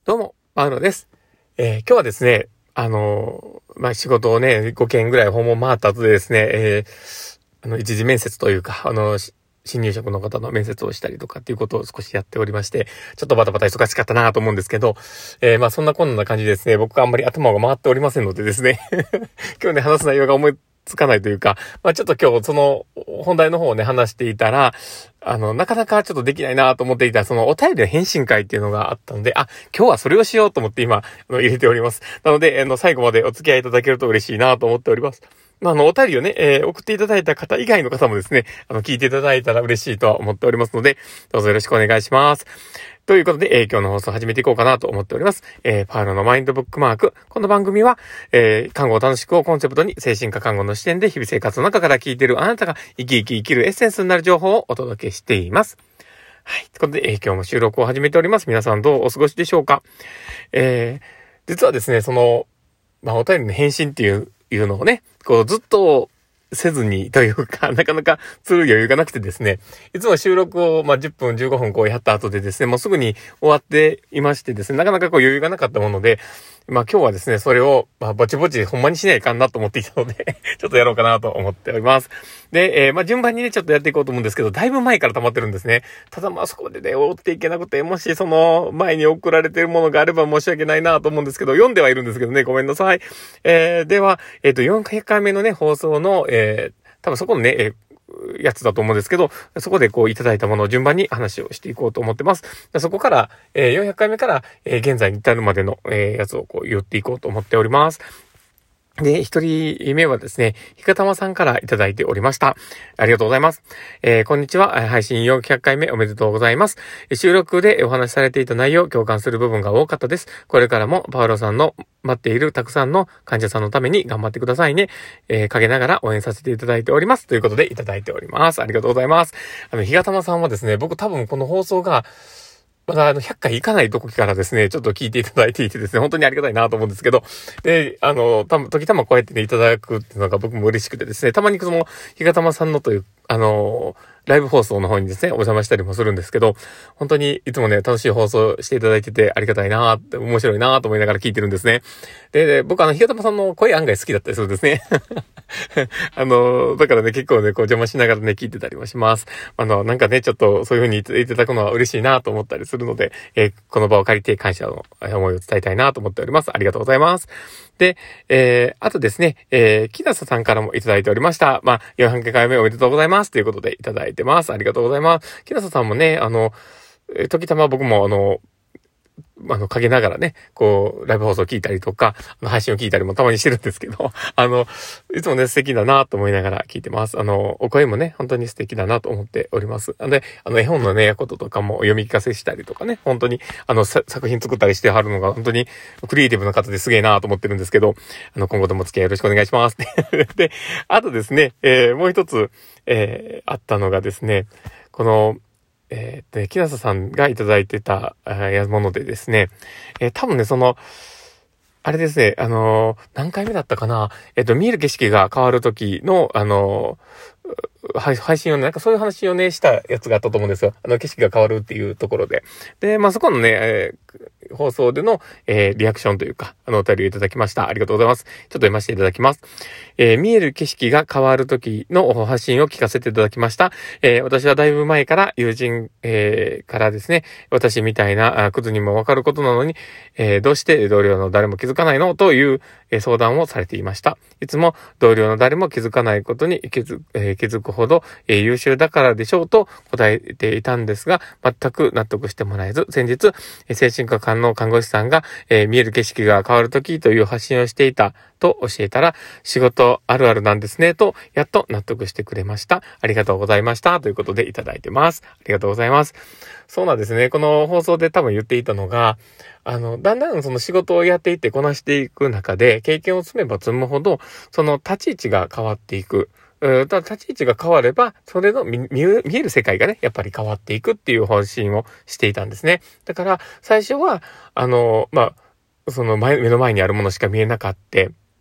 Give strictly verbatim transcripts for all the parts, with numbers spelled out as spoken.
どうも、パウロです。えー、今日はですね、あのー、まあ、仕事をね、ごけんぐらい訪問回った後でですね、えー、あの、一次面接というか、あの、新入職の方の面接をしたりとかっていうことを少しやっておりまして、ちょっとバタバタ忙しかったなと思うんですけど、えー、まあ、そんなこんな感じでですね、僕はあんまり頭が回っておりませんのでですね、今日ね、話す内容が思いつかないというか、まあ、ちょっと今日その本題の方をね、話していたら、あの、なかなかちょっとできないなと思っていた、そのお便りの返信会っていうのがあったので、あ、今日はそれをしようと思って今、あの、入れております。なので、あの、最後までお付き合いいただけると嬉しいなと思っております。まあ、あの、お便りをね、えー、送っていただいた方以外の方もですね、あの、聞いていただいたら嬉しいとは思っておりますので、どうぞよろしくお願いします。ということで、えー、今日の放送を始めていこうかなと思っております。えー、パウロのマインドブックマーク。この番組は、えー、看護を楽しくをコンセプトに、精神科看護の視点で日々生活の中から聞いているあなたが生き生き生きるエッセンスになる情報をお届けしています。はい。ということで、えー、今日も収録を始めております。皆さんどうお過ごしでしょうか？えー、実はですね、その、まあ、お便りの返信っていう、いうのをね、こうずっとせずにというか、なかなかする余裕がなくてですね、いつも収録を、まあ、じゅっぷん、じゅうごふんこうやった後でですね、もうすぐに終わっていましてですね、なかなかこう余裕がなかったもので、まあ今日はですね、それを、まあぼちぼちほんまにしないかんなと思っていたので、ちょっとやろうかなと思っております。で、えー、まあ順番にね、ちょっとやっていこうと思うんですけど、だいぶ前から溜まってるんですね。ただまあそこでね、追っていけなくて、もしその前に送られているものがあれば申し訳ないなと思うんですけど、読んではいるんですけどね、ごめんなさい。えー、では、えっと、よんかいめのね、放送の、えー、多分そこのね、えーやつだと思うんですけど、そこでこういただいたものを順番に話をしていこうと思ってます。そこから、えー、よんひゃっかいめから、えー、現在に至るまでの、えー、やつをこう言っていこうと思っております。で、一人目はですね、ひかたまさんからいただいておりました。ありがとうございます。えー、こんにちは。配信よんひゃっかいめおめでとうございます。収録でお話しされていた内容、共感する部分が多かったです。これからもパウロさんの待っているたくさんの患者さんのために頑張ってくださいね。えー、陰ながら応援させていただいております。ということでいただいております。ありがとうございます。あの、ひがたまさんはですね、僕多分この放送が、まだあの、ひゃっかい行かない時からですね、ちょっと聞いていただいていてですね、本当にありがたいなと思うんですけど、で、あの、た、時たまこうやってね、いただくっていうのが僕も嬉しくてですね、たまにその、ひがたまさんのという、あの、ライブ放送の方にですね、お邪魔したりもするんですけど、本当にいつもね、楽しい放送していただいててありがたいなーって、面白いなーと思いながら聞いてるんですね。で、で僕あの、ひがたまさんの声案外好きだったりするんですね。あの、だからね、結構ね、こう邪魔しながらね、聞いてたりもします。あの、なんかね、ちょっとそういう風に言っていただくのは嬉しいなと思ったりするので、えー、この場を借りて感謝の思いを伝えたいなと思っております。ありがとうございます。で、えー、あとですね、えー、木田さんからもいただいておりました。まあ、よんかいめおめでとうございます。ということでいただいてます。ありがとうございます。木田さんもね、あの、えー、時たま僕もあの、あの、陰ながらね、こう、ライブ放送聞いたりとか、あの配信を聞いたりもたまにしてるんですけど、あの、いつもね、素敵だなと思いながら聞いてます。あの、お声もね、本当に素敵だなと思っております。で、あの、絵本のね、こととかも読み聞かせしたりとかね、本当に、あの、作品作ったりしてはるのが、本当にクリエイティブな方ですげえなと思ってるんですけど、あの、今後ともお付き合いよろしくお願いします。で、あとですね、えー、もう一つ、えー、あったのがですね、この、えー、っとね、木下さんがいただいてた、やものでですね、えー、多分ね、その、あれですね、あのー、何回目だったかな、えっと、見える景色が変わる時の、あのー、配信をね、なんかそういう話をね、したやつがあったと思うんですよ。あの、景色が変わるっていうところで。で、まあ、そこのね、えー、放送での、えー、リアクションというか、あの、お便りをいただきました。ありがとうございます。ちょっと読ませていただきます。えー、見える景色が変わる時の発信を聞かせていただきました。えー、私はだいぶ前から友人、えー、からですね、私みたいなクズにもわかることなのに、えー、どうして同僚の誰も気づかないのという、えー、相談をされていました。いつも同僚の誰も気づかないことに気づ、えー、気づくほど、えー、優秀だからでしょうと答えていたんですが、全く納得してもらえず、先日、精神科官の看護師さんが、えー、見える景色が変わるときという発信をしていたと教えたら、仕事あるあるなんですねと、やっと納得してくれました。ありがとうございました。ということでいただいてます。ありがとうございます。そうなんですね。この放送で多分言っていたのが、あの、だんだんその仕事をやっていってこなしていく中で、経験を積めば積むほど、その立ち位置が変わっていく。うん、ただ立ち位置が変われば、それの見、見える世界がね、やっぱり変わっていくっていう方針をしていたんですね。だから、最初は、あの、まあ、その前、目の前にあるものしか見えなかった。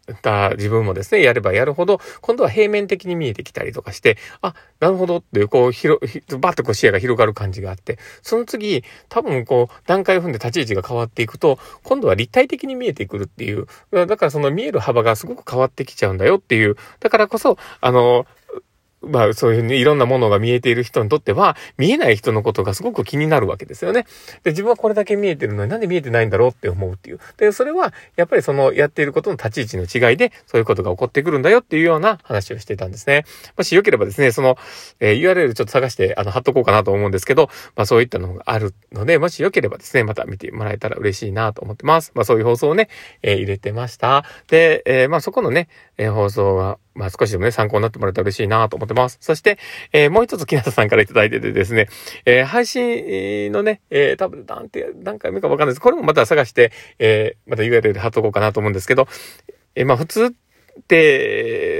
た自分もですね、やればやるほど、今度は平面的に見えてきたりとかして、あ、なるほどっていう、こう、広、バッとこう視野が広がる感じがあって、その次、多分こう、段階を踏んで立ち位置が変わっていくと、今度は立体的に見えてくるっていう、だからその見える幅がすごく変わってきちゃうんだよっていう、だからこそ、あの、まあそういうふうにいろんなものが見えている人にとっては、見えない人のことがすごく気になるわけですよね。で、自分はこれだけ見えてるのになんで見えてないんだろうって思うっていう。で、それはやっぱりそのやっていることの立ち位置の違いで、そういうことが起こってくるんだよっていうような話をしていたんですね。もしよければですね、その、えー、ユーアールエル ちょっと探して、あの、貼っとこうかなと思うんですけど、まあそういったのがあるので、もしよければですね、また見てもらえたら嬉しいなと思ってます。まあそういう放送をね、えー、入れてました。で、えー、まあそこのね、えー、放送は、まあ少しでもね、参考になってもらえたら嬉しいなと思ってます。そして、えー、もう一つ木下さんからいただいててですね、えー、配信のね、えー、多分何て、何回目かわかんないです。これもまた探して、えー、また ユーアールエル で貼っとこうかなと思うんですけど、えー、まあ普通って、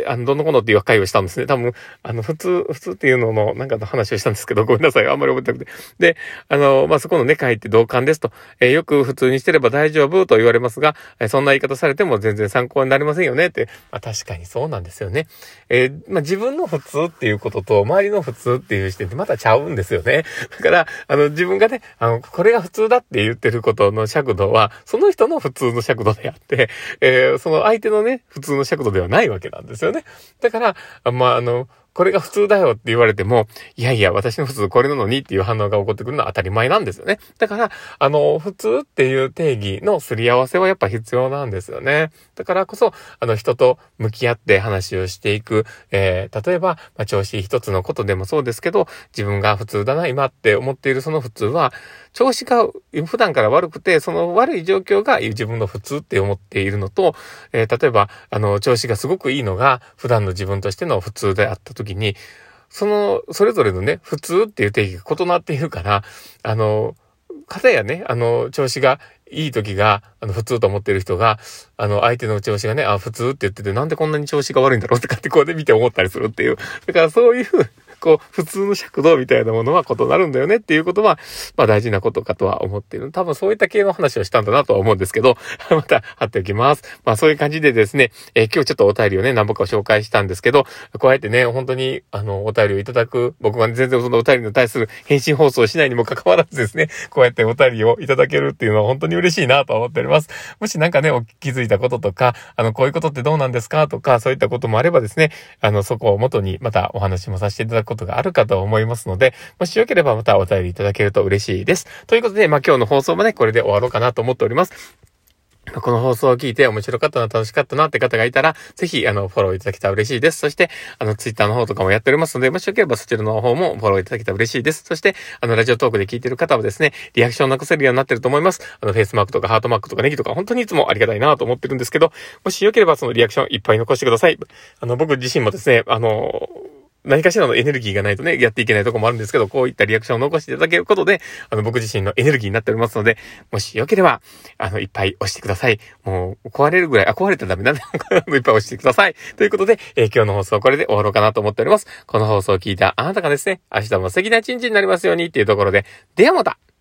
あの、どんどこのっていう会をしたんですね。多分、あの、普通、普通っていうのの、なんかの話をしたんですけど、ごめんなさい。あんまり覚えてなくて。で、あの、まあ、そこのね、会って同感ですと。えー、よく普通にしてれば大丈夫と言われますが、えー、そんな言い方されても全然参考になりませんよねって。まあ、確かにそうなんですよね。えー、まあ、自分の普通っていうことと、周りの普通っていう視点ってまたちゃうんですよね。だから、あの、自分がね、あの、これが普通だって言ってることの尺度は、その人の普通の尺度であって、えー、その相手のね、普通の尺度ではないわけなんですよね。だから、まあ、あの、これが普通だよって言われても、いやいや、私の普通これなのにっていう反応が起こってくるのは当たり前なんですよね。だから、あの、普通っていう定義のすり合わせはやっぱ必要なんですよね。だからこそ、あの、人と向き合って話をしていく、えー、例えば、まあ、調子一つのことでもそうですけど、自分が普通だな、今って思っているその普通は、調子が普段から悪くて、その悪い状況が自分の普通って思っているのと、えー、例えば、あの、調子がすごくいいのが普段の自分としての普通であった時に、その、それぞれのね、普通っていう定義が異なっているから、あの、片やね、あの、調子がいい時が、あの、普通と思っている人が、あの、相手の調子がね、あ、普通って言ってて、なんでこんなに調子が悪いんだろうってかってこうで見て思ったりするっていう。だからそういう、こう、普通の尺度みたいなものは異なるんだよねっていうことは、まあ大事なことかとは思っている。多分そういった系の話をしたんだなとは思うんですけど、また貼っておきます。まあそういう感じでですね、えー、今日ちょっとお便りをね、何本か紹介したんですけど、こうやってね、本当に、あの、お便りをいただく、僕が、ね、全然そのお便りに対する返信放送をしないにもかかわらずですね、こうやってお便りをいただけるっていうのは本当に嬉しいなと思っております。もしなんかね、お気づいたこととか、あの、こういうことってどうなんですかとか、そういったこともあればですね、あの、そこを元にまたお話もさせていただくことがあるかと思います。思いますので、もしよければまたお便りいただけると嬉しいです。ということで、まあ今日の放送もね、これで終わろうかなと思っております。この放送を聞いて面白かったな、楽しかったなって方がいたら、ぜひ、あの、フォローいただけたら嬉しいです。そして、あの、ツイッターの方とかもやっておりますので、もしよければそちらの方もフォローいただけたら嬉しいです。そして、あの、ラジオトークで聞いている方はですね、リアクションを残せるようになってると思います。あの、フェイスマークとかハートマークとかネギとか、本当にいつもありがたいなと思ってるんですけど、もしよければそのリアクションいっぱい残してください。あの、僕自身もですね、あの、何かしらのエネルギーがないとね、やっていけないところもあるんですけど、こういったリアクションを残していただけることで、あの、僕自身のエネルギーになっておりますので、もしよければ、あの、いっぱい押してください。もう、壊れるぐらい、あ、壊れたらダメなんで、いっぱい押してください。ということで、えー、今日の放送はこれで終わろうかなと思っております。この放送を聞いたあなたがですね、明日も素敵な一日になりますようにっていうところで、ではまた